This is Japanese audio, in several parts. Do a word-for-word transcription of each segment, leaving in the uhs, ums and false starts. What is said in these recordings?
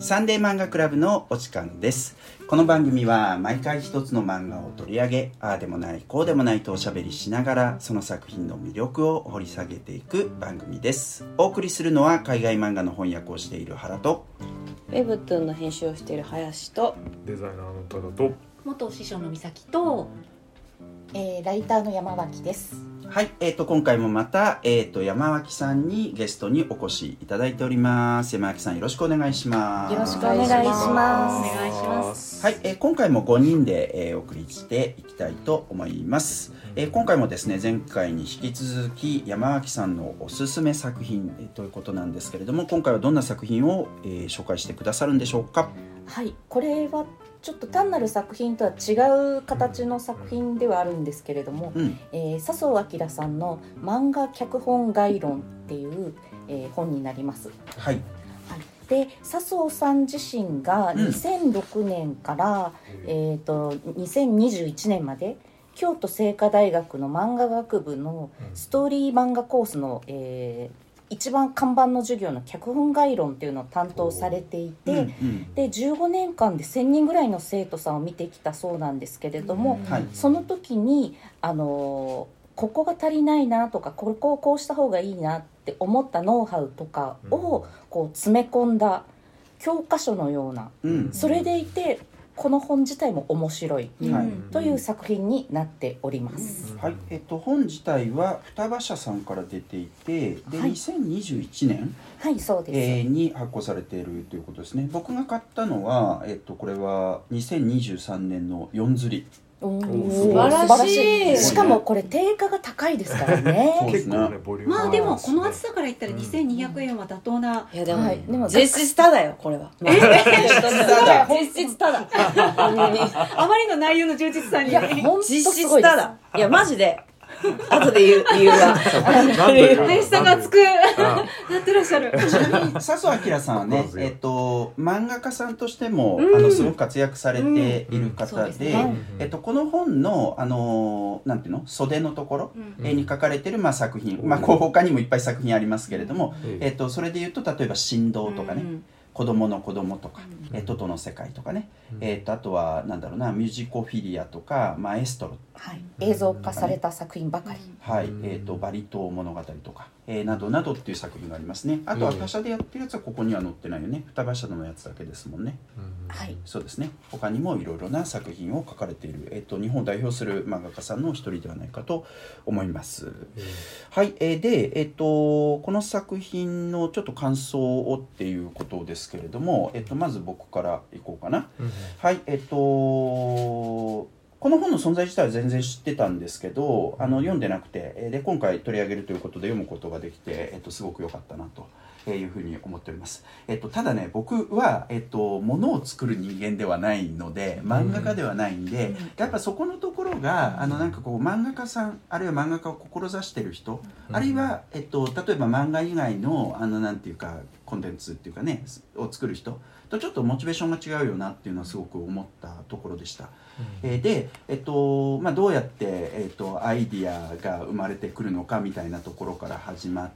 サンデー漫画クラブのお時間です。この番組は毎回一つの漫画を取り上げ、ああでもないこうでもないとおしゃべりしながら、その作品の魅力を掘り下げていく番組です。お送りするのは海外漫画の翻訳をしている原と、 ウェブトゥーンの編集をしている林と、 デザイナーの多田と、 元師匠の美咲と、 えー、ライターの山脇です。 はい、えー、と今回もまた、えー、と山脇さんにゲストにお越しいただいております。山脇さん、よろしくお願いします。 よろしくお願いします。 お願いします。 はい、えー、今回もごにんで、えー、お送りしていきたいと思います。えー、今回もですね、前回に引き続き山脇さんのおすすめ作品、えー、ということなんですけれども、今回はどんな作品を、えー、紹介してくださるんでしょうか。 はい、これはちょっと単なる作品とは違う形の作品ではあるんですけれども、うんえー、笹生明さんの漫画脚本概論っていう、えー、本になります。 はい、 はい、で笹生さん自身がにせんろくねんから、うんえー、とにせんにじゅういちねんまで京都精華大学の漫画学部のストーリー漫画コースの、えー一番看板の授業の脚本概論っていうのを担当されていて、うんうん、でじゅうごねんかんでせんにんぐらいの生徒さんを見てきたそうなんですけれども、うんはい、その時にあのここが足りないなとかここをこうした方がいいなって思ったノウハウとかをこう詰め込んだ教科書のような、うん、それでいてこの本自体も面白いという作品になっております。 はい、えっと、本自体は双葉社さんから出ていて、で、はい、にせんにじゅういちねん、 はいそうですえー、に発行されているということですね。僕が買ったのは、えっと、これはにせんにじゅうさんねんのよん釣り。 お素晴らしい。しかもこれ定価が高いですからね。 結構ねボリュームまあでもこの厚さから言ったらにせんにひゃくえんは妥当な、 うん、いやでも、はい、 でも実質ただよこれは。 え実質ただ。 あまりの内容の充実さに。 いや本当すごいです。 実質ただ。いやマジで。後で言う理由は林さんが熱くなってらっしゃる。 ちなみに笹生明さんはね、えっと、漫画家さんとしても、うん、あのすごく活躍されている方で、うんねえっと、この本の、あのなんていうの袖のところ、うん、に書かれている、まあ、作品、まあ、他にもいっぱい作品ありますけれども、うんえっと、それでいうと例えば神道とかね、うん子供の子供とか、うん、えトトの世界とかね、うんえー、とあとはなんだろうなミュージコフィリアとかマエストロ、 はい、映像化された作品ばかり、 はいえー、とバリ島物語とか、えー、などなどっていう作品がありますね。あとは他社でやってるやつはここには載ってないよね。双葉社のやつだけですもんね、 うん、はいそうですね。他にもいろいろな作品を書かれている、えー、と日本を代表する漫画家さんの一人ではないかと思います、うん、はい、えー、で、えー、とこの作品のちょっと感想をっていうことですけれども、えっと、まず僕からいこうかな、うん、はいえっとこの本の存在自体は全然知ってたんですけど、あの読んでなくて、で今回取り上げるということで読むことができて、えっと、すごく良かったなというふうに思っております。えっと、ただね僕は、えっと、物を作る人間ではないので漫画家ではないんで、うん、やっぱそこのところがあのなんかこう漫画家さんあるいは漫画家を志してる人、うん、あるいは、えっと、例えば漫画以外のあのなんていうかコンテンツっていうかねを作る人とちょっとモチベーションが違うよなっていうのはすごく思ったところでした、うんえー、で、えっとまあ、どうやって、えっと、アイディアが生まれてくるのかみたいなところから始まって、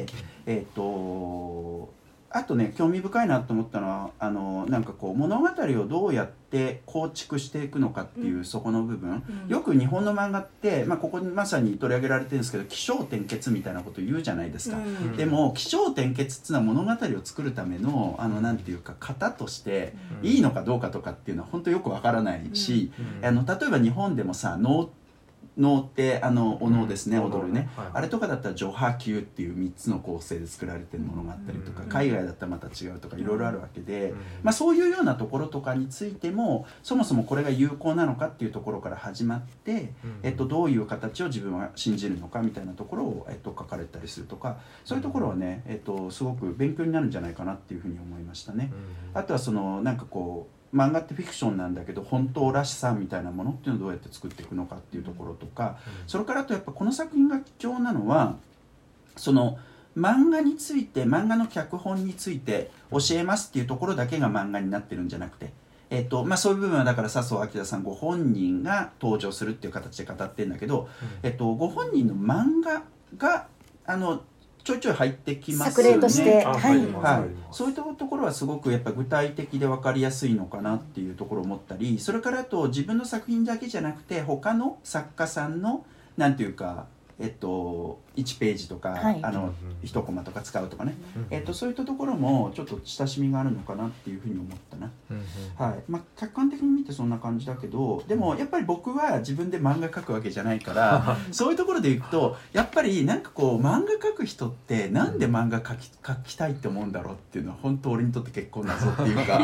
えっとあとね興味深いなと思ったのはあのなんかこう物語をどうやって構築していくのかっていう、うん、そこの部分、うん、よく日本の漫画って、まあ、ここにまさに取り上げられてるんですけど起承転結みたいなこと言うじゃないですか、うん、でも起承転結っていうのは物語を作るためのあのなんていうか型としていいのかどうかとかっていうのは本当よくわからないし、うん、あの例えば日本でもさ能能ってあのお能ですね、うん、踊るね、はい、あれとかだったら序波級っていうみっつの構成で作られてるものがあったりとか、うん、海外だったらまた違うとかいろいろあるわけで、うんまあ、そういうようなところとかについてもそもそもこれが有効なのかっていうところから始まって、うんえっと、どういう形を自分は信じるのかみたいなところを、えっと、書かれたりするとかそういうところはね、えっと、すごく勉強になるんじゃないかなっていうふうに思いましたね、うん、あとはそのなんかこう漫画ってフィクションなんだけど本当らしさみたいなものっていうのをどうやって作っていくのかっていうところとか、うん、それからあとやっぱこの作品が貴重なのはその漫画について漫画の脚本について教えますっていうところだけが漫画になってるんじゃなくて、えっとまあ、そういう部分はだから笹生明さんご本人が登場するっていう形で語ってるんだけど、うんえっと、ご本人の漫画があのちょいちょい入ってきますよね。 作例としてあはいりますはいありますそういったところはすごくやっぱ具体的で分かりやすいのかなっていうところを思ったり、それからあと自分の作品だけじゃなくて他の作家さんのなんていうか、えっと、いちページとか、 はいあのうんいちコマとか使うとかね、 うんえっと、そういったところもちょっと親しみがあるのかなっていうふうに思ったな。 うんはいまあ、客観的に見てそんな感じだけど、でもやっぱり僕は自分で漫画描くわけじゃないからそういうところでいくとやっぱりなんかこう漫画描く人ってなんで漫画描き、描きたいって思うんだろうっていうのは本当俺にとって結構謎っていうか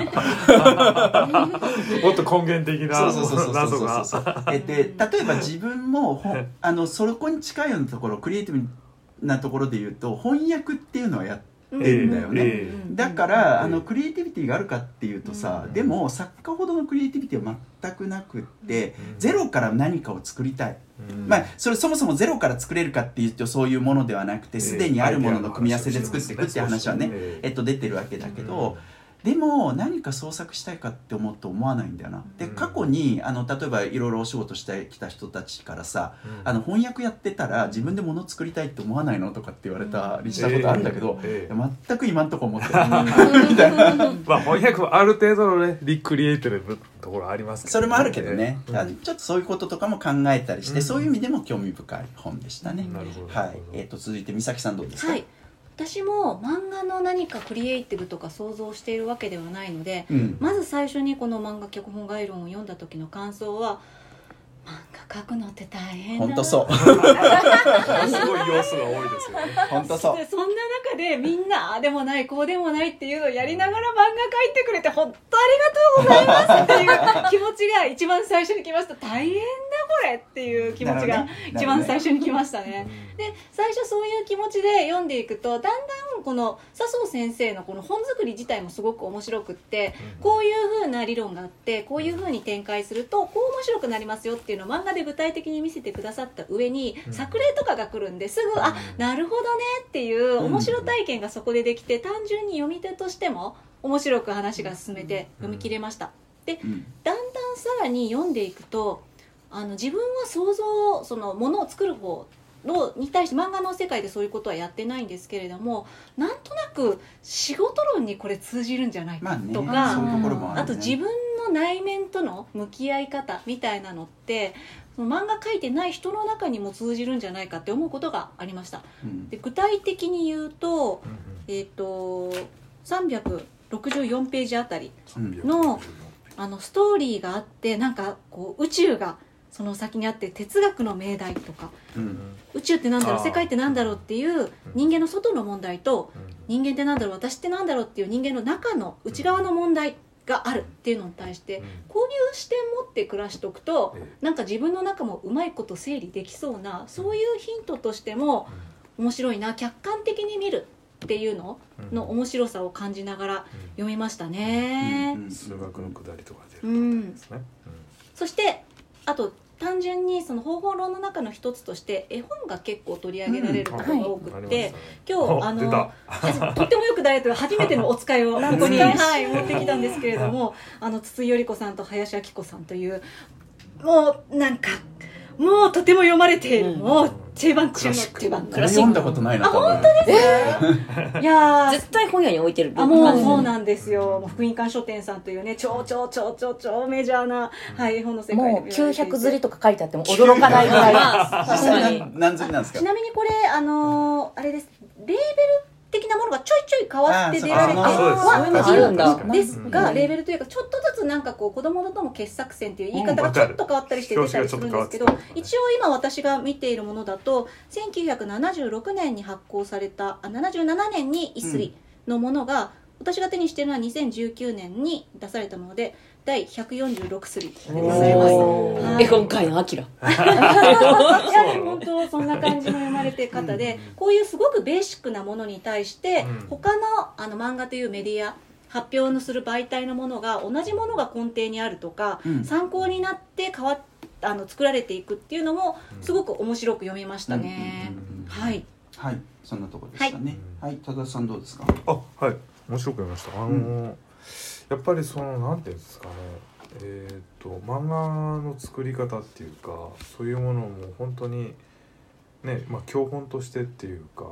もっと根源的なそうそうそうそう謎そうがそうそうえで例えば自分もほあのそこに近いようなところクリエイティブなところで言うと翻訳っていうのはやってるんだよね、 ええだから、 うんあのクリエイティビティがあるかっていうとさ、 うんでも作家ほどのクリエイティビティは全くなくって、 うんゼロから何かを作りたい、 うんまあそれそもそもゼロから作れるかっていうとそういうものではなくてすでにあるものの組み合わせで作っていくっていう話はね、 ええっと、出てるわけだけど、でも何か創作したいかって思うと思わないんだよな。でうん過去にあの例えばいろいろお仕事してきた人たちからさ、 うんあの翻訳やってたら自分で物作りたいって思わないのとかって言われたりしたことあるんだけど、 ええ全く今んとこ思ってるみたいなまあ翻訳はある程度のねリクリエイティブなところありますけど、 それもあるけどね、 うんあのちょっとそういうこととかも考えたりして、 うんそういう意味でも興味深い本でしたね、 なるほどはい。えー、と続いて美咲さんどうですか？ はい、私も漫画の何かクリエイティブとか想像しているわけではないので、 うんまず最初にこの漫画脚本概論を読んだ時の感想は、漫画描くのって大変だな。 本当そうすごい要素が多いですよね。 本当そうでそんな中でみんなああでもないこうでもないっていうのをやりながら漫画描いてくれて本当ありがとうございますっていう気持ちが一番最初に来ました。大変だこれっていう気持ちが一番最初に来ましたね。で最初そういう気持ちで読んでいくとだんだんこの笹生先生のこの本作り自体もすごく面白くって、こういう風な理論があってこういう風に展開するとこう面白くなりますよっていうのを漫画で具体的に見せてくださった上にうん作例とかが来るんですぐ、あなるほどねっていう面白体験がそこでできて、単純に読み手としても面白く話が進めて読み切れました。でうんだんだんさらに読んでいくとあの自分は想像そのものを作る方のに対して漫画の世界でそういうことはやってないんですけれども、なんとなく仕事論にこれ通じるんじゃないかまあねとか、 そういうところもあるね。 あと自分の内面との向き合い方みたいなのってその漫画描いてない人の中にも通じるんじゃないかって思うことがありました。 うんで具体的に言うと、えー、とさんびゃくろくじゅうよんページあたりのあのストーリーがあって、なんかこう宇宙がその先にあって哲学の命題とかうん宇宙ってなんだろうあー世界ってなんだろうっていう人間の外の問題と人間ってなんだろう私ってなんだろうっていう人間の中の内側の問題があるっていうのに対してこういう視点持って暮らしておくとなんか自分の中もうまいこと整理できそうなそういうヒントとしても面白いな、客観的に見るっていうのの面白さを感じながら読みましたね。 うんうん数学の下りとかでうんですね。 そしてあと単純にその方法論の中の一つとして絵本が結構取り上げられることが多くって、今日あのはとってもよくダイエット初めてのお使いをここに、はい、持ってきたんですけれども、あの筒井頼子さんと林明子さんというもうなんかもうとても読まれている、もう定番中の定番これ読んだことないな。 あ本当ですか？いやー絶対本屋に置いてるあもう感じそうなんですよ。もう福音館書店さんというね超超超超超メジャーな、はい、絵本の世界でもうきゅうひゃく釣りとか書いてあっても驚かないぐらい実際何何釣りなんですか？ ちなみにこれあのーあれですレーベル的なものがちょいちょい変わって出られてあーそうはそういうのあるんだですが、 うんレーベルというかちょっとずつなんかこう子供との傑作選っていう言い方うんがちょっと変わったりして出たりするんですけど、 表紙がちょっと変わってた一応今私が見ているものだとせんきゅうひゃくななじゅうろくねんに発行されたあななじゅうななねんにイスリのものが、私が手にしているのはにせんじゅうきゅうねんに出されたものでだいひゃくよんじゅうろくすりでございます。 おーはい絵本界のアキラいや本当そんな感じの読まれてる方で、こういうすごくベーシックなものに対して、 うん他のあの漫画というメディア発表のする媒体のものが同じものが根底にあるとか、 うん参考になって変わっあの作られていくっていうのもすごく面白く読みましたね。 うんうんうんうんはいはい、そんなところでしたね。はい、多田さんどうですか？ あはい面白く読みました。あのーやっぱりそのなんていうんですかね。えー、と漫画の作り方っていうかそういうものをもう本当にね、まあ、教本としてっていうか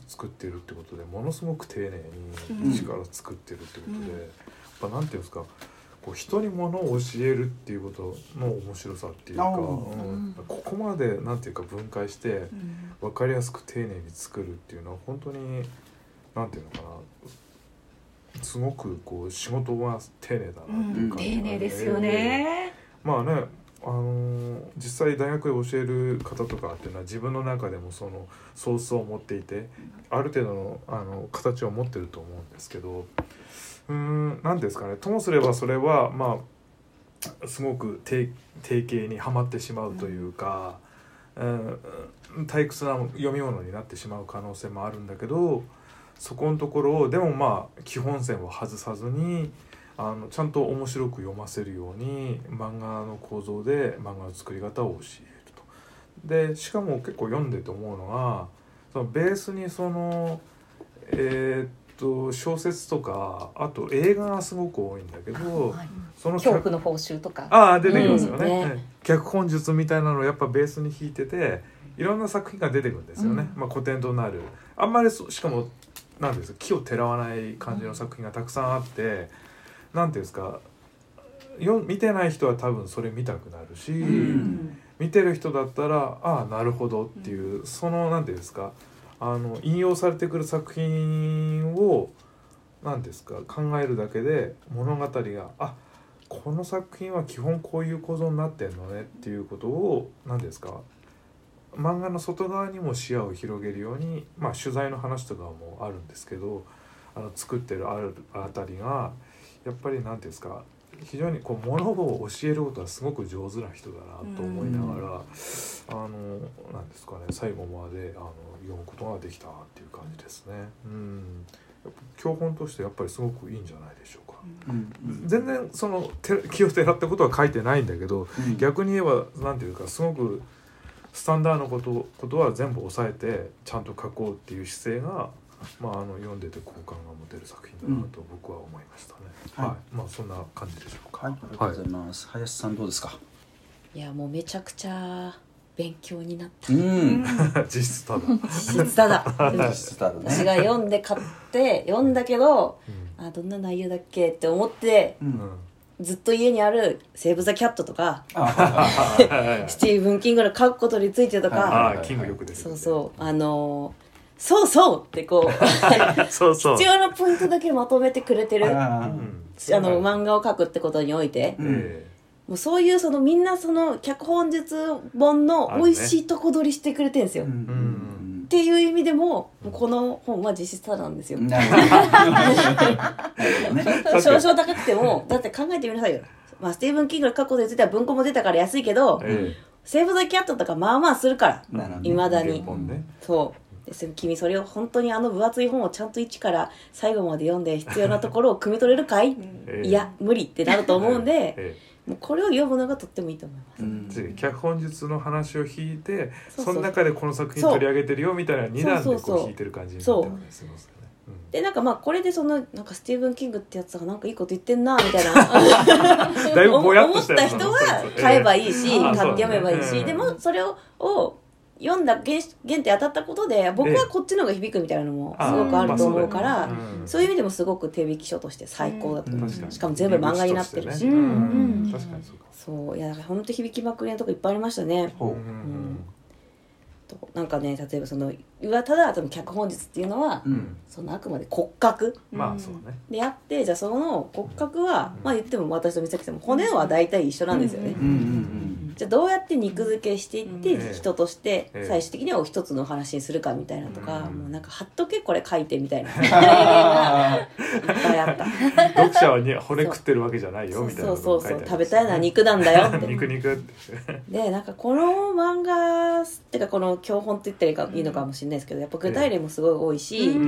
作ってるってことでものすごく丁寧に一から作ってるってことで、うん、やっぱなんていうんですかこう人にものを教えるっていうことの面白さっていうか、うん、ここまでなんていうか分解して分かりやすく丁寧に作るっていうのは本当になんていうのかなすごくこう仕事は丁寧だなっていう感じ、 うん、丁寧ですよね。 まあねあのー、実際大学で教える方とかっていうのは自分の中でもそのソースを持っていてある程度の、あの形を持ってると思うんですけどうーん何ですかねともすればそれはまあすごく定型にはまってしまうというか、うん、退屈な読み物になってしまう可能性もあるんだけどそこのところをでもまあ基本線を外さずにあのちゃんと面白く読ませるように漫画の構造で漫画の作り方を教えると。でしかも結構読んでて思うのがそのベースにそのえー、っと小説とかあと映画がすごく多いんだけど、 はい、 その恐怖の報酬とかああ出てきますよね、 うんね、 脚本術みたいなのをやっぱベースに弾いてていろんな作品が出てくるんですよね、うんまあ、古典となるあんまりしかもなんです木をてらわない感じの作品がたくさんあって、うん、なんていうんですかよ見てない人は多分それ見たくなるし、うん、見てる人だったらああなるほどっていう、うん、そのなんていうんですかあの引用されてくる作品を何ですか考えるだけで物語があこの作品は基本こういう構造になってんのねっていうことを何ですか漫画の外側にも視野を広げるように、まあ、取材の話とかもあるんですけどあの作ってるあるあたりがやっぱり何ていうんですか非常にこう物を教えることはすごく上手な人だなと思いながら、あのなんですかね最後まであの読むことができたっていう感じですね。うんやっぱ教本としてやっぱりすごくいいんじゃないでしょうか。うんうん、全然その気をてらったことは書いてないんだけど、うん、逆に言えばなんていうかすごくスタンダードのことことは全部抑えてちゃんと書こうっていう姿勢が、まあ、あの読んでて好感が持てる作品だなと僕は思いましたね。うん、はい、はい、まあそんな感じでしょうか。 はい、ありがとうございます。はい、林さんどうですか。 いやもうめちゃくちゃ勉強になった。 うん、 実質ただ。 実質ただ。 実質ただね。 私が読んで買って読んだけど、うん、あどんな内容だっけって思って。うんずっと家にあるセーブ・ザ・キャットとかスティーブン・キングの書くことについてとかあキングよくですそうそうあのー、そうそうってこうそうそう必要なポイントだけまとめてくれてるあ、うん、あの漫画を書くってことにおいて、うん、もうそういうそのみんなその脚本術本の美味しいとこ取りしてくれてるんですよ、ねうんっていう意味でもこの本は実質ただなんですよ少々高くてもだって考えてみなさいよ、まあ、スティーブン・キングの過去でついては文庫も出たから安いけど、ええ、セーブ・ザ・キャットとかまあまあするからいまだに、ね、そうです君それを本当にあの分厚い本をちゃんと一から最後まで読んで必要なところを汲み取れるかい、ええ、いや無理ってなると思うんで、ええもうこれを読むのがとってもいいと思います、うん、 脚本術の話を引いて そ, その中でこの作品取り上げてるよみたいなに段でこう引いてる感じになってるわけですよね。 でなんかまあこれでそのなんかスティーブン・キングってやつがなんかいいこと言ってんなみたいなだいぶぼやっとした思った人は買えばいいし、えー、買って読めばいいし、ね、でもそれをを読んだ原原点当たったことで僕はこっちの方が響くみたいなのもすごくあると思うから、うん、そういう意味でもすごく手引き書として最高だと思います、うん、しかも全部漫画になってるし、ねうんうん、確かにそうかそういやだから本当響きまくりのとこいっぱいありましたね、うんうん、となんかね例えばそのただその脚本術っていうのは、うん、そのあくまで骨格、 まあそうね、 であってじゃあその骨格は、うん、まあ言っても私と美咲さんも骨は大体一緒なんですよね、うんうんうんうんじゃあどうやって肉付けしていって人として最終的には一つのお話にするかみたいなとか、もうなんか貼っとけこれ書いてみたいないっぱいあった読者はに骨食ってるわけじゃないよみたいなそうそうそう食べたいのは肉なんだよって肉肉ってでなんかこの漫画ってかこの教本って言ったらいいのかもしれないですけどやっぱ具体例もすごい多いし、うん、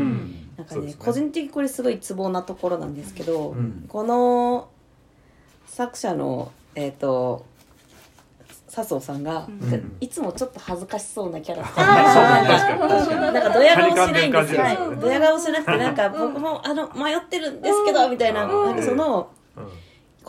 なんか ね, ね個人的にこれすごいツボなところなんですけど、うん、この作者のえっ、ー、と笹生さんが、うん、いつもちょっと恥ずかしそうなキャラクターなんかドヤ顔しないんですよドヤ顔しなくてなんか僕もあの迷ってるんですけどみたいななんかその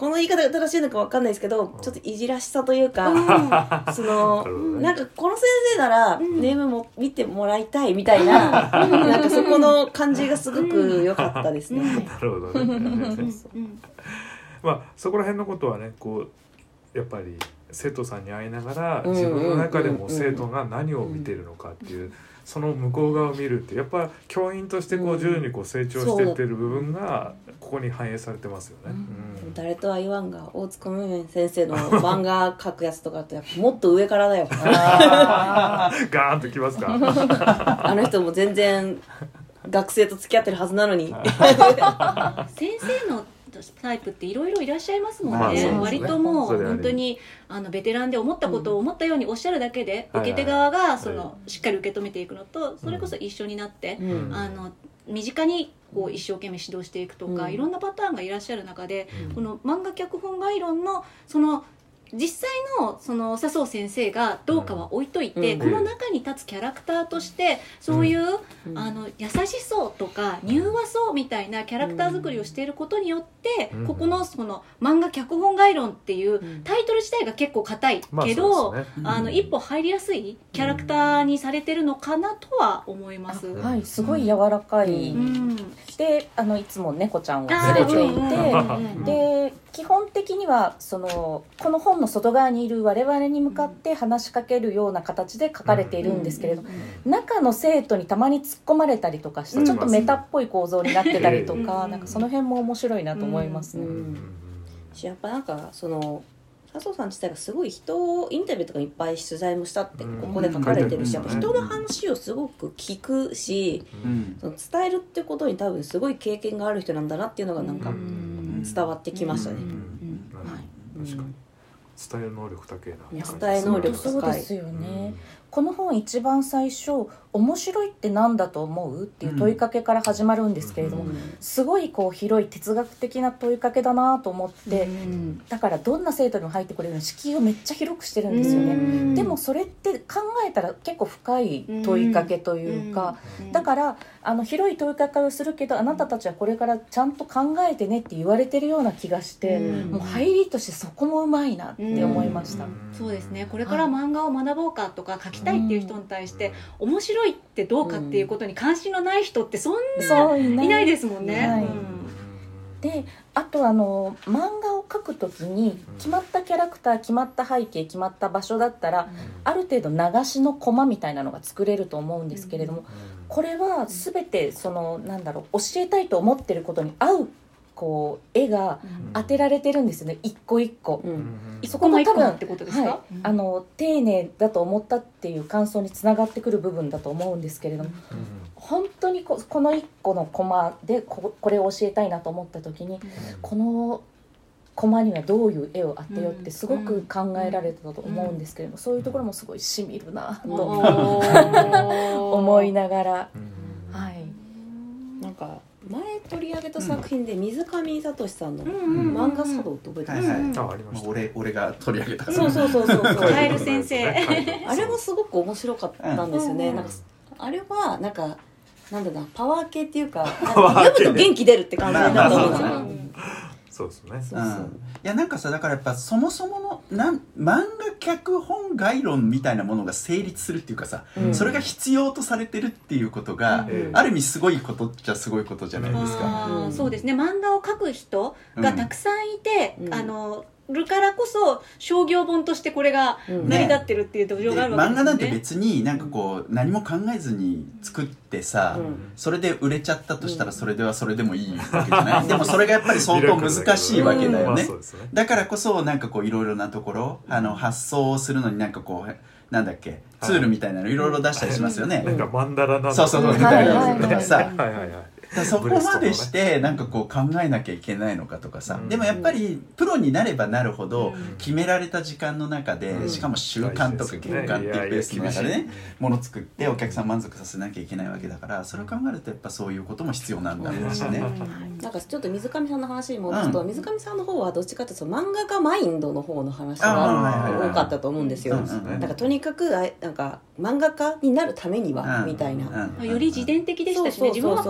この言い方が正しいのか分かんないですけど、ちょっといじらしさというか、そのなんかこの先生ならネームも見てもらいたいみたいな、なんかそこの感じがすごく良かったですね。 なるほどね。まあそこら辺のことはね、こうやっぱり生徒さんに会いながら自分の中でも生徒が何を見てるのかっていう、その向こう側を見るってやっぱ教員としてこう徐々にこう成長していってる部分がここに反映されてますよね。 うん、誰とは言わんが大塚無面先生の漫画描くやつとかってやっぱもっと上からだよ。 ガーンときますか。 あの人も全然学生と付き合ってるはずなのに。 先生のタイプっていろいろいらっしゃいますもんね、 まあそうですね、 割ともう本当にあのベテランで思ったことを思ったようにおっしゃるだけで、うん、受け手側がそのしっかり受け止めていくのと、それこそ一緒になって、うん、あの身近にこう一生懸命指導していくとか、うん、いろんなパターンがいらっしゃる中で、うん、この漫画脚本概論のその実際のその笹生先生がどうかは置いといて、うん、この中に立つキャラクターとしてそういう、うん、あの優しそうとか柔和そうみたいなキャラクター作りをしていることによって、うん、ここのその漫画脚本概論っていうタイトル自体が結構硬いけど、まあね、あの一歩入りやすいキャラクターにされてるのかなとは思います、うん、 はい、すごい柔らかい、うん、であのいつも猫ちゃんを連れていて、で基本的にはそのこの本の外側にいる我々に向かって話しかけるような形で書かれているんですけれど、中の生徒にたまに突っ込まれたりとかしてちょっとメタっぽい構造になってたりとか、なんかその辺も面白いなと思いますね。 やっぱなんかその笹生さん自体がすごい人をインタビューとかいっぱい取材もしたってここで書かれてるし、やっぱ人の話をすごく聞くし、その伝えるってことに多分すごい経験がある人なんだなっていうのがなんか伝わってきましたね。 確かに伝える能力高いな。 伝え能力高い。 そうですよね。この本一番最初面白いって何だと思うっていう問いかけから始まるんですけれども、うん、すごいこう広い哲学的な問いかけだなと思って、うん、だからどんな生徒にも入ってくれるように敷居をめっちゃ広くしてるんですよね、うん、でもそれって考えたら結構深い問いかけというか、うん、だからあの広い問いかけをするけどあなたたちはこれからちゃんと考えてねって言われてるような気がして、うん、もう入りとしてそこもうまいなって思いました、うん、 そうですね。これから漫画を学ぼうかとか書きたいっていう人に対して面白いってどうかっていうことに関心のない人ってそんないないですもんね、はい、うん、 であとあの漫画を描くときに決まったキャラクター、決まった背景、決まった場所だったら、うん、ある程度流しのコマみたいなのが作れると思うんですけれども、うん、これは全てそのなんだろう教えたいと思ってることに合うこう絵が当てられてるんですよね、一個一個、うん、 そこも多分ってことですか、 はい、あの丁寧だと思ったっていう感想につながってくる部分だと思うんですけれども、うん、本当に こ, この一個のコマで こ, これを教えたいなと思った時に、うん、このコマにはどういう絵を当てようってすごく考えられたと思うんですけれども、そういうところもすごいしみるなと思いながら、はい、 なんか前取り上げた作品で水上聡さんの漫画茶道って覚えてますか？ はいはい、あ、ありました。 俺俺が取り上げた。 そうそうそうそう。 カエル先生。 あれもすごく面白かったんですよね。うん、なんかあれはなんかなんだろうな、パワー系っていうか、読むと元気出るって感じだと思うんですよ。 そうですね。 そうそう、うん、いやなんかさ、だからやっぱそもそものなん漫画脚本概論みたいなものが成立するっていうかさ、うん、それが必要とされてるっていうことが、うん、ある意味すごいことっちゃすごいことじゃないですか、 うん、そうですね。漫画を描く人がたくさんいて、うん、あのるからこそ商業本としてこれが成り立ってるっていう土壌があるわけですね。 漫画なんて別になんかこう何も考えずに作ってさ、うん、それで売れちゃったとしたらそれではそれでもいいわけじゃない、うん、でもそれがやっぱり相当難しいわけだよね、うん、だからこそなんかこういろいろなところあの発想をするのになんかこうなんだっけツールみたいなのいろいろ出したりしますよね、 なんかマンダラなんだそうそうそうみたいなのとかさ、 はいはいはい、 そこまでしてなんかこう考えなきゃいけないのかとかさ、うん、でもやっぱりプロになればなるほど決められた時間の中で、うん、しかも週間とか月間っていうペースの中でねもの作ってお客さん満足させなきゃいけないわけだから、それを考えるとやっぱそういうことも必要なんだろうしね、 うん、なんかちょっと水上さんの話に戻すと、うん、水上さんの方はどっちかというと漫画家マインドの方の話が多かったと思うんですよ。だからとにかくなんか漫画家になるためには、うん、みたいな、 うん、より自伝的でしたしね、自分はこうしてきたっ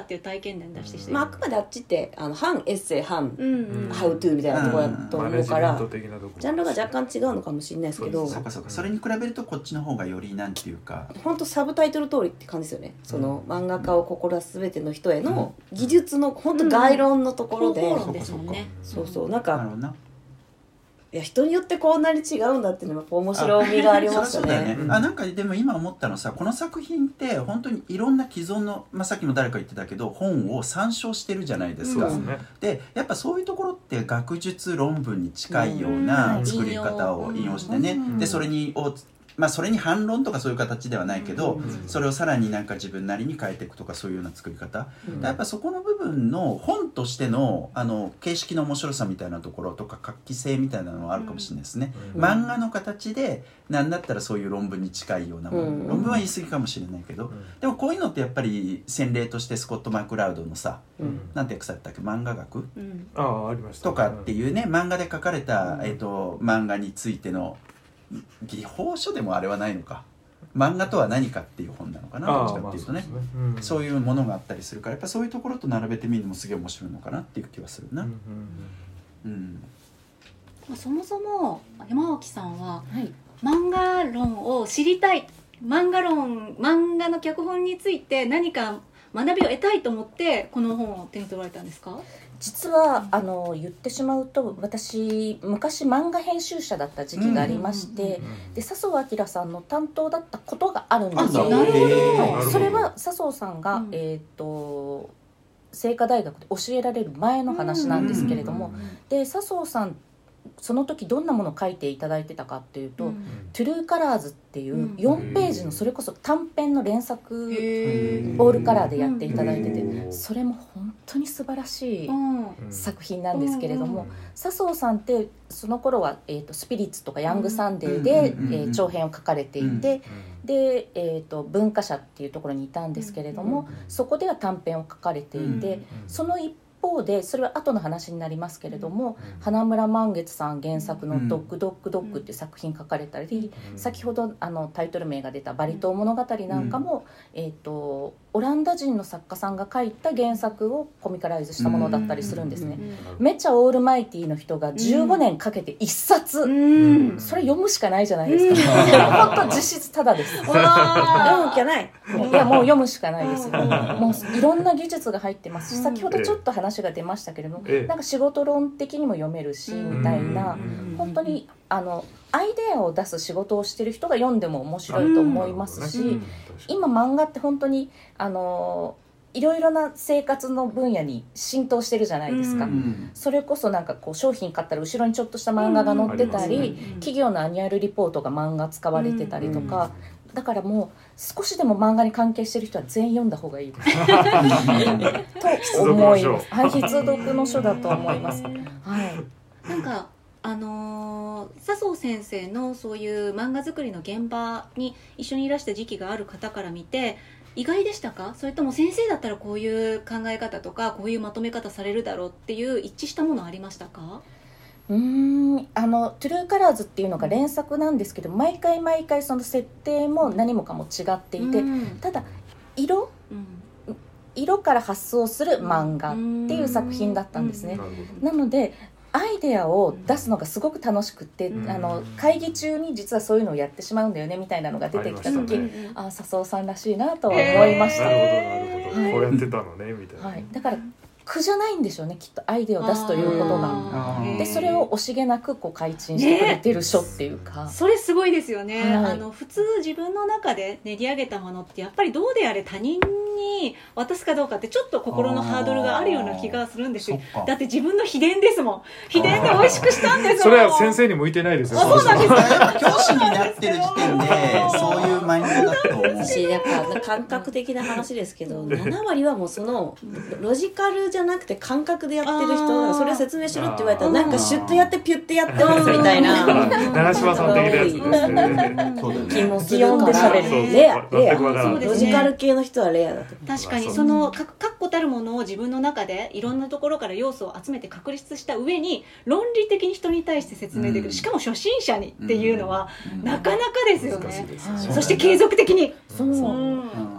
っていう体験談出してして、 まあ、あくまであっちってあの半エッセイ半うんうん、 ハウトゥーみたいなところだと思うから、 マネジメント的なところジャンルが若干違うのかもしれないですけど、 そうかそうか、それに比べるとこっちの方がよりなんていうか本当サブタイトル通りって感じですよね。その漫画家を志す全ての人への技術の本当概論のところで、 方法論ですもんね。 そうそう、なんなるかほどな。 いや人によってこんなに違うんだっていうのが面白みがありますよそりゃそうだよね。 ね。あ、なんかでも今思ったのさ、この作品って本当にいろんな既存の、まあ、さっきも誰か言ってたけど本を参照してるじゃないですか、 そうですね。 でやっぱそういうところって学術論文に近いような作り方を引用してね、 うんでそれにをまあそれに反論とかそういう形ではないけど、 うんそれをさらになんか自分なりに変えていくとかそういうような作り方、 うんやっぱそこの部分の本としてのあの形式の面白さみたいなところとか画期性みたいなのはあるかもしれないですね、 うん漫画の形でなんだったらそういう論文に近いようなもの、 うん論文は言い過ぎかもしれないけど、でもこういうのってやっぱり先例としてスコット・マクラウドのさ、 うんなんて訳されたっけ、漫画学うんああ、ありましたとかっていうね、漫画で書かれた、 うんえー、と漫画についての技法書でもあれはないのか、漫画とは何かっていう本なのかな、どっちかっていうとね、 ああまあそうですねうんそういうものがあったりするから、やっぱそういうところと並べてみるのもすげえ面白いのかなっていう気はするな。 ううんうんんまあそもそも山脇さんははい、 漫画論を知りたい、漫画論漫画の脚本について何か学びを得たいと思ってこの本を手に取られたんですか？ 実はあの言ってしまうと、私昔漫画編集者だった時期がありまして、 うんうんうんで笹生明さんの担当だったことがあるんですよ。 あなるほどはいなるほどそれは笹生さんが、 うんえっ、と清華大学で教えられる前の話なんですけれども、で笹生さんその時どんなものを書いていただいてたかっていうと、 うんトゥルーカラーズっていううんよんページのそれこそ短編の連作へーオールカラーでやっていただいてて、 うんそれも本当に素晴らしいうん作品なんですけれども、 うん笹生さんってその頃は、えーとスピリッツとかヤングサンデーで、 うんえー長編を書かれていて、で、えーと文化社っていうところにいたんですけれども、そこでは短編を書かれていて、その一方でそれは後の話になりますけれども、花村満月さん原作の「ドッグドッグドッグ」っていう作品書かれたり、先ほどあのタイトル名が出た「バリ島物語」なんかも、えーとオランダ人の作家さんが書いた原作をコミカライズしたものだったりするんですね。めっちゃオールマイティの人がじゅうごねんかけて一冊、 うんそれ読むしかないじゃないですか。本当実質ただです。 読む気はない。 いやもう読むしかないですよ。 うんもういろんな技術が入ってますし、 うん先ほどちょっと話が出ましたけれども、 ええなんか仕事論的にも読めるし、 うんみたいな、 うん本当にあのアイデアを出す仕事をしてる人が読んでも面白いと思いますし、 うん今漫画って本当にあのいろいろな生活の分野に浸透してるじゃないですか。 ううんそれこそなんかこう商品買ったら後ろにちょっとした漫画が載ってたり、 うんありますね企業のアニュアルリポートが漫画使われてたりとか、だからもう少しでも漫画に関係してる人は全員読んだ方がいいですと思います。はい、必読の書だと思います。はい。 なんかあのー笹生先生のそういう漫画作りの現場に一緒にいらした時期がある方から見て意外でしたか？それとも先生だったらこういう考え方とかこういうまとめ方されるだろうっていう一致したものありましたか？ うーんあのトゥルーカラーズっていうのが連作なんですけど、毎回毎回その設定も何もかも違っていて、 うんただ色うん色から発想する漫画っていう作品だったんですね。 なるほなのでアイデアを出すのがすごく楽しくって、 うんあの会議中に実はそういうのをやってしまうんだよねみたいなのが出てきた時、 ありましたねああ笹生さんらしいなとは思いました、 どなるほどなるほど、 はいこうやってたのねみたいな、 はい、だから苦じゃないんでしょうね、きっとアイデアを出すということが。 あーでそれを惜しげなくこう開陳してくれてる書っていうか、 それすごいですよね、 はいあの普通自分の中で練り上げたものってやっぱりどうであれ他人に渡すかどうかってちょっと心のハードルがあるような気がするんですよ。 そっかだって自分の秘伝ですもん、秘伝で美味しくしたんですもん。 それは先生に向いてないですよ。 あそうなんですやっぱ教師になってる時点でそういうマインドだと思う。 私やっぱ感覚的な話ですけどなな割はもうそのロジカルじゃなくて感覚でやってる人あーがそれを説明しろって言われたらあーなんかシュッとやってピュッてやってますみたいな長嶋さん的なやつですね。 そうだよ気ね。 もするか擬音でら喋るレアレ全くわからないアロジカル系の人はレアだと思う。 確かにまあその確固たるものを自分の中でいろんなところから要素を集めて確立した上に論理的に人に対して説明できる、 うんしかも初心者にっていうのはうんなかなかですよね、 難しいですはいそして継続的にそう、 うんうん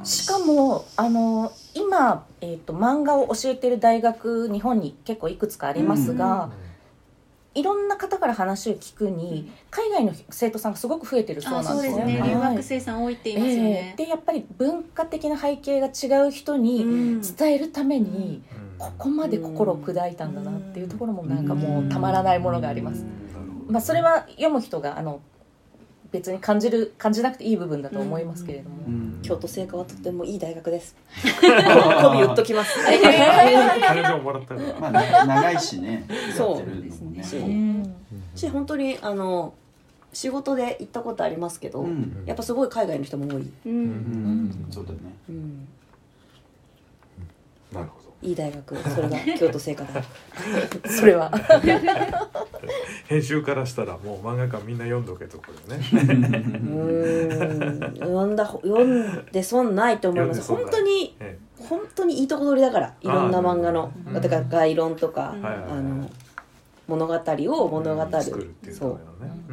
しかもあの今、えーと、漫画を教えてる大学日本に結構いくつかありますが、いろんな方から話を聞くに海外の生徒さんがすごく増えてるそうなんですね。 あ、そうですね、留学生さん多いって言いますよね、 えー、でやっぱり文化的な背景が違う人に伝えるために、うん、ここまで心を砕いたんだなっていうところもなんかもうたまらないものがあります。まあ、それは読む人があの別に感じる感じなくていい部分だと思いますけれども、 うんうん、京都精華はとてもいい大学です。媚び言っときます。 金でももらったから、 まあ、長いしね。 そうですね。し本当にあの仕事で行ったことありますけど、うん、やっぱすごい海外の人も多い。うんうん、 そうだね。うん、 なるほど。 いい大学、それが京都精華大学。 それは編集からしたらもう漫画家みんな読んどけところね。 うーん、読んだ読んで損ないと思います。本当に、ええ、本当にいいとこ取りだから、いろんな漫画の、だから概論とか、うん、あの物語を物語る、うん、作るっていうのね、そう、うん、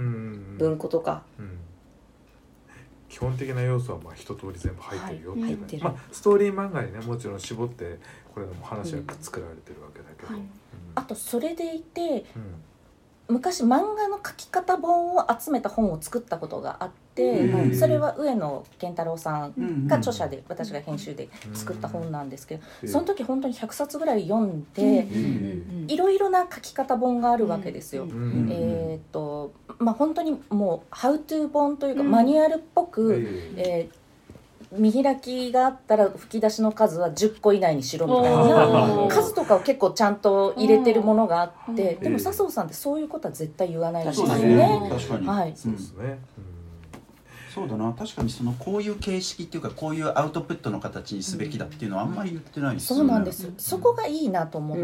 文庫とか。うん、 基本的な要素はまあ一通り全部入ってるよって、 はい、入ってる。 まあ、ストーリー漫画にねもちろん絞ってこれでも話が作られてるわけだけど、うんはい、 あとそれでいて、うん、昔漫画の書き方本を集めた本を作ったことがあって、うん、それは上野健太郎さんが著者で、うん、私が編集で作った本なんですけど、うん、その時本当にひゃくさつぐらい読んで、うん、いろいろな書き方本があるわけですよ、うん、えーとまあ、本当にもうハウトゥー本というか、うん、マニュアルっぽく、えー見開きがあったら吹き出しの数はじゅっこ以内にしろみたいな数とかを結構ちゃんと入れてるものがあって、でも笹生さんってそういうことは絶対言わないですよね。 確かに、 はい、 そうですね、 そうだな、確かにそのこういう形式っていうかこういうアウトプットの形にすべきだっていうのはあんまり言ってないですよね。 そうなんです、そこがいいなと思って、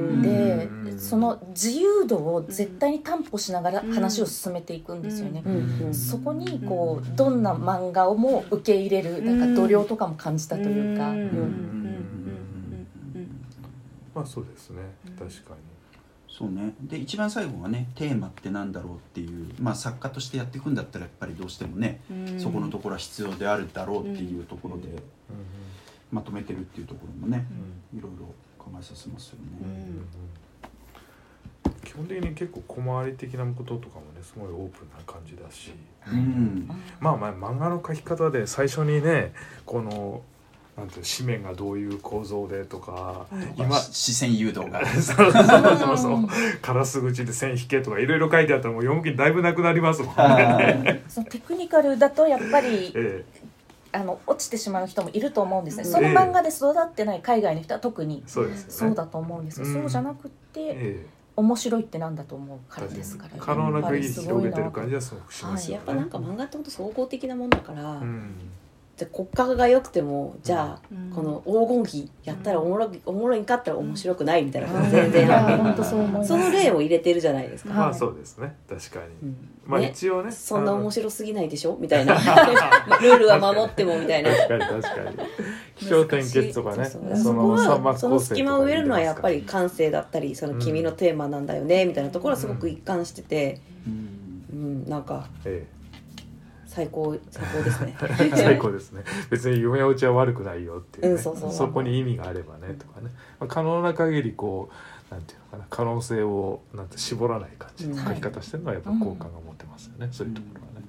その自由度を絶対に担保しながら話を進めていくんですよね。そこにこうどんな漫画をも受け入れるなんか度量とかも感じたというか、 まあそうですね、確かに。 そうね、で一番最後はねテーマってなんだろうっていう、まあ、作家としてやっていくんだったらやっぱりどうしてもね、うん、そこのところは必要であるだろうっていうところで、うん、まとめてるっていうところもね、うん、いろいろ考えさせますよね、 うん、基本的に結構小回り的なこととかもねすごいオープンな感じだし、 うん、 まあまあ漫画の描き方で最初にねこのなんて紙面がどういう構造でとか、 うん、今視線誘導がそうそうそうカラス口で線引けとかいろいろ書いてあったらもう読む気だいぶなくなりますもんね。 そのテクニカルだとやっぱり、ええ、あの落ちてしまう人もいると思うんですね、その漫画で育ってない海外の人は特にそうだと思うんですが、そうじゃなくて、ええ、面白いってなんだと思うからですから、 可能な限り広げてる感じはすごくしますよね、 はい、やっぱなんか漫画って本当総合的なものだから、うん、じゃ骨格が良くてもじゃあ、うん、この黄金比やったらおもろい、おもろいんかったら面白くないみたいなのが全然ある、うん、その例を入れてるじゃないですか。 まあそうですね、確かに、うん、まあ一応ねそんな面白すぎないでしょみたいなルールは守ってもみたいな確かに確かに気象転結とかね、 そこはその隙間を埋めるのはやっぱり感性だったりその君のテーマなんだよねみたいなところはすごく一貫してて、うんうん、なんか、ええ最高最高ですね最高ですね。別に夢落ちは悪くないよっていうね、うん、そうそう、そこに意味があればねとかね、まあ、可能な限りこうなんていうのかな可能性をなんて絞らない感じの書き方してるのはやっぱ好感が持ってますよね、うん、そういうところはね、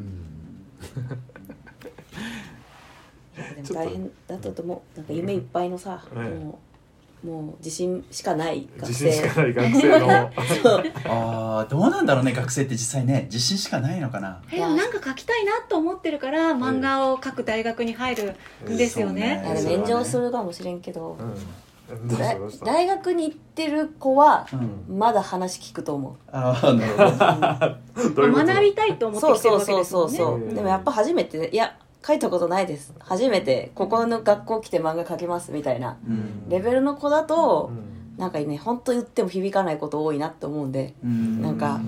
うん、でも大変だったと思う。なんか夢いっぱいのさ、うん、もうもう自信しかない学生自信しかない学生のあどうなんだろうね、学生って実際ね自信しかないのかな。 えでもなんか書きたいなと思ってるから漫画を描く大学に入るんですよね。 あれ炎上するかもしれんけど、うん、どうしたどうした大学に行ってる子はまだ話聞くと思う、 うん、ああなるほど学びたいと思ってきてるわけですもんね。 そうそうそうそう、でもやっぱ初めていや書いたことないです、初めてここの学校来て漫画描きますみたいなレベルの子だと、うん、なんかね本当言っても響かないこと多いなって思うんで、うん、なんか、うん、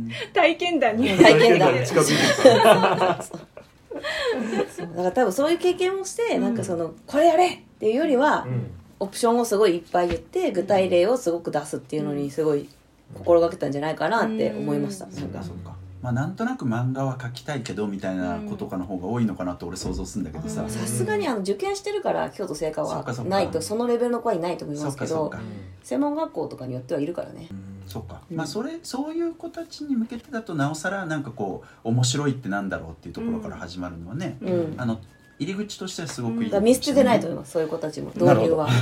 体験談に体験談に近づいてるそうだから多分そういう経験もして、うん、なんかそのこれやれっていうよりは、うん、オプションをすごいいっぱい言って具体例をすごく出すっていうのにすごい心がけたんじゃないかなって思いました、うん、なんかまあ、なんとなく漫画は描きたいけどみたいな子とかの方が多いのかなって俺想像するんだけどさ、 さすがにあの受験してるから京都精華はないと、そのレベルの子はいないと思いますけど、専門学校とかによってはいるからね。 そうか、まあそれそういう子たちに向けてだとなおさらなんかこう面白いってなんだろうっていうところから始まるのはね、うん、あの入り口としてはすごくいい、 うん、見捨ててないと思います、そういう子たちも導入は。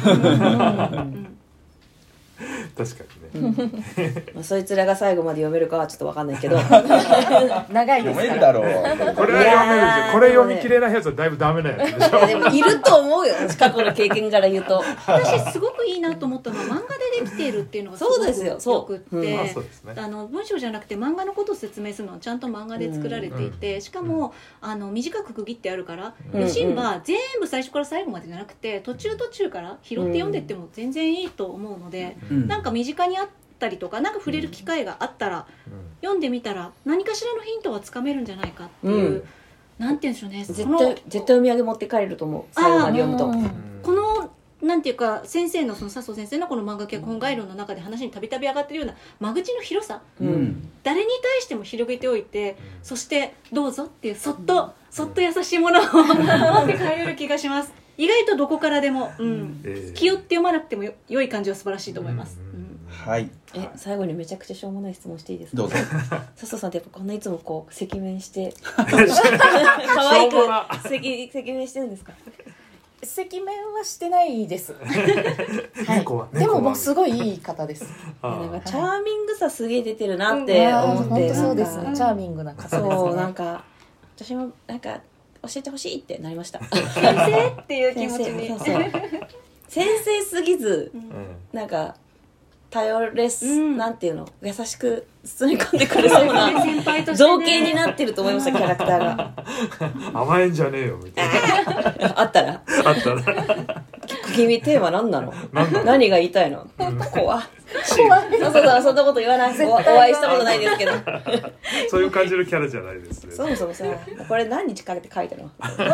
確かにね、 まあ、そいつらが最後まで読めるかはちょっと分かんないけど長いですから読めるだろう。 これは読めるでしょ。これ読み切れないやつはだいぶダメなやつでしょ。 でもいると思うよ、過去の経験から言うと。 私すごくいいなと思ったのは漫画でできているっていうのがすごくよくって、あの文章じゃなくて漫画のことを説明するのはちゃんと漫画で作られていて、しかもあの短く区切ってあるから余震は全部最初から最後までじゃなくて途中途中から拾って読んでっても全然いいと思うので、なんか身近にあったりとかなんか触れる機会があったら、うん、読んでみたら何かしらのヒントはつかめるんじゃないかっていう、うん、なんて言うんでしょうね、 絶対絶対お土産持って帰れると思う、最後まで読むと。 このなんていうか先生のその笹生先生のこの漫画脚本概論の中で話にたびたび上がってるような間口の広さ、うん、誰に対しても広げておいて、そしてどうぞっていうそっとそっと優しいものを持って帰れる気がします。意外とどこからでも、うん、えー、気負って読まなくてもよ良い感じは素晴らしいと思います、うんうん、 はい。 え、最後にめちゃくちゃしょうもない質問していいですか？ どうぞ。 笹生さんってやっぱこんないつもこう赤面して可愛く赤赤面してるんですか？ 赤面はしてないです、 はい、 でももうすごいいい方です。 なんかチャーミングさすげえ出てるなって思って、 本当そうですね、チャーミングな方ですね。 そう、なんか私もなんか教えてほしいってなりました。 先生っていう気持ちに。 そうそう先生すぎず、うん、なんか頼れす、うん、なんていうの、優しく包み込んでくれそうな造形になってると思いました、キャラクターが。 甘えんじゃねえよみたいな。 あったらあったら君テーマ何なの？何が言いたいの？うん、怖っ。怖い。そうそうそう、そんなこと言わない。お, お会いしたことないですけど。 そういう感じのキャラじゃないですね。 そもそもさ、これ何日かけて書いたの？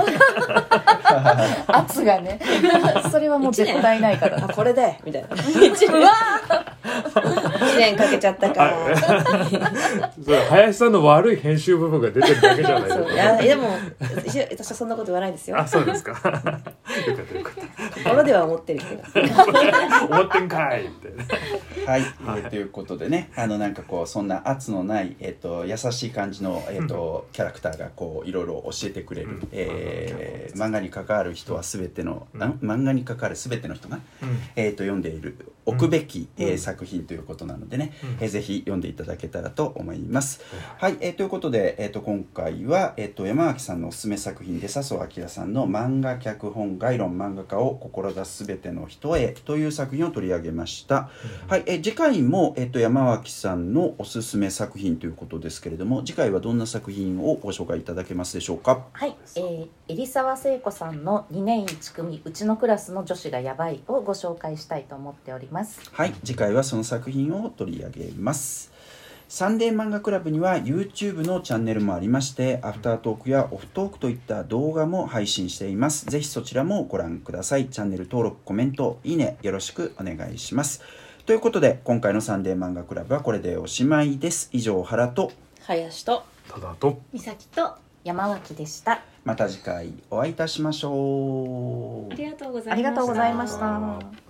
圧がね。それはもう絶対ないから。 あ、これでみたいな。一年かけちゃったから。 それ林さんの悪い編集部分が出てるだけじゃないですか。 いやでも私はそんなこと言わないですよ。 あ、そうですか。よかったよかった。 心では思ってるけど。 思ってんかいみたいな。 はい、はい、えー、ということでね、あのなんかこうそんな圧のない、えー、と優しい感じの、えーとうん、キャラクターがこういろいろ教えてくれる、うん、えー、漫画に関わる人はすべての、うん、漫画に関わるすべての人が、うん、えー、と読んでいる置くべき、うん、えー、作品ということなのでね、うん、えー、ぜひ読んでいただけたらと思います、うん、はい、えー、ということで、えー、と今回は、えー、と山脇さんのおすすめ作品で笹生明さんの漫画脚本概論漫画家を志すすべての人へという作品を取り上げました、うん、はい、えー、次回も、えー、と山脇さんのおすすめ作品ということですけれども、次回はどんな作品をご紹介いただけますでしょうか？ はい、えー、入澤聖子さんのにねんいち組うちのクラスの女子がやばいをご紹介したいと思っております。 はい、次回はその作品を取り上げます。サンデー漫画クラブには YouTube のチャンネルもありまして、アフタートークやオフトークといった動画も配信しています。ぜひそちらもご覧ください。チャンネル登録、コメント、いいねよろしくお願いします。ということで今回のサンデー漫画クラブはこれでおしまいです。以上、原と林とただと美咲と山脇でした。 また次回お会いいたしましょう。 ありがとうございました。 ありがとうございました。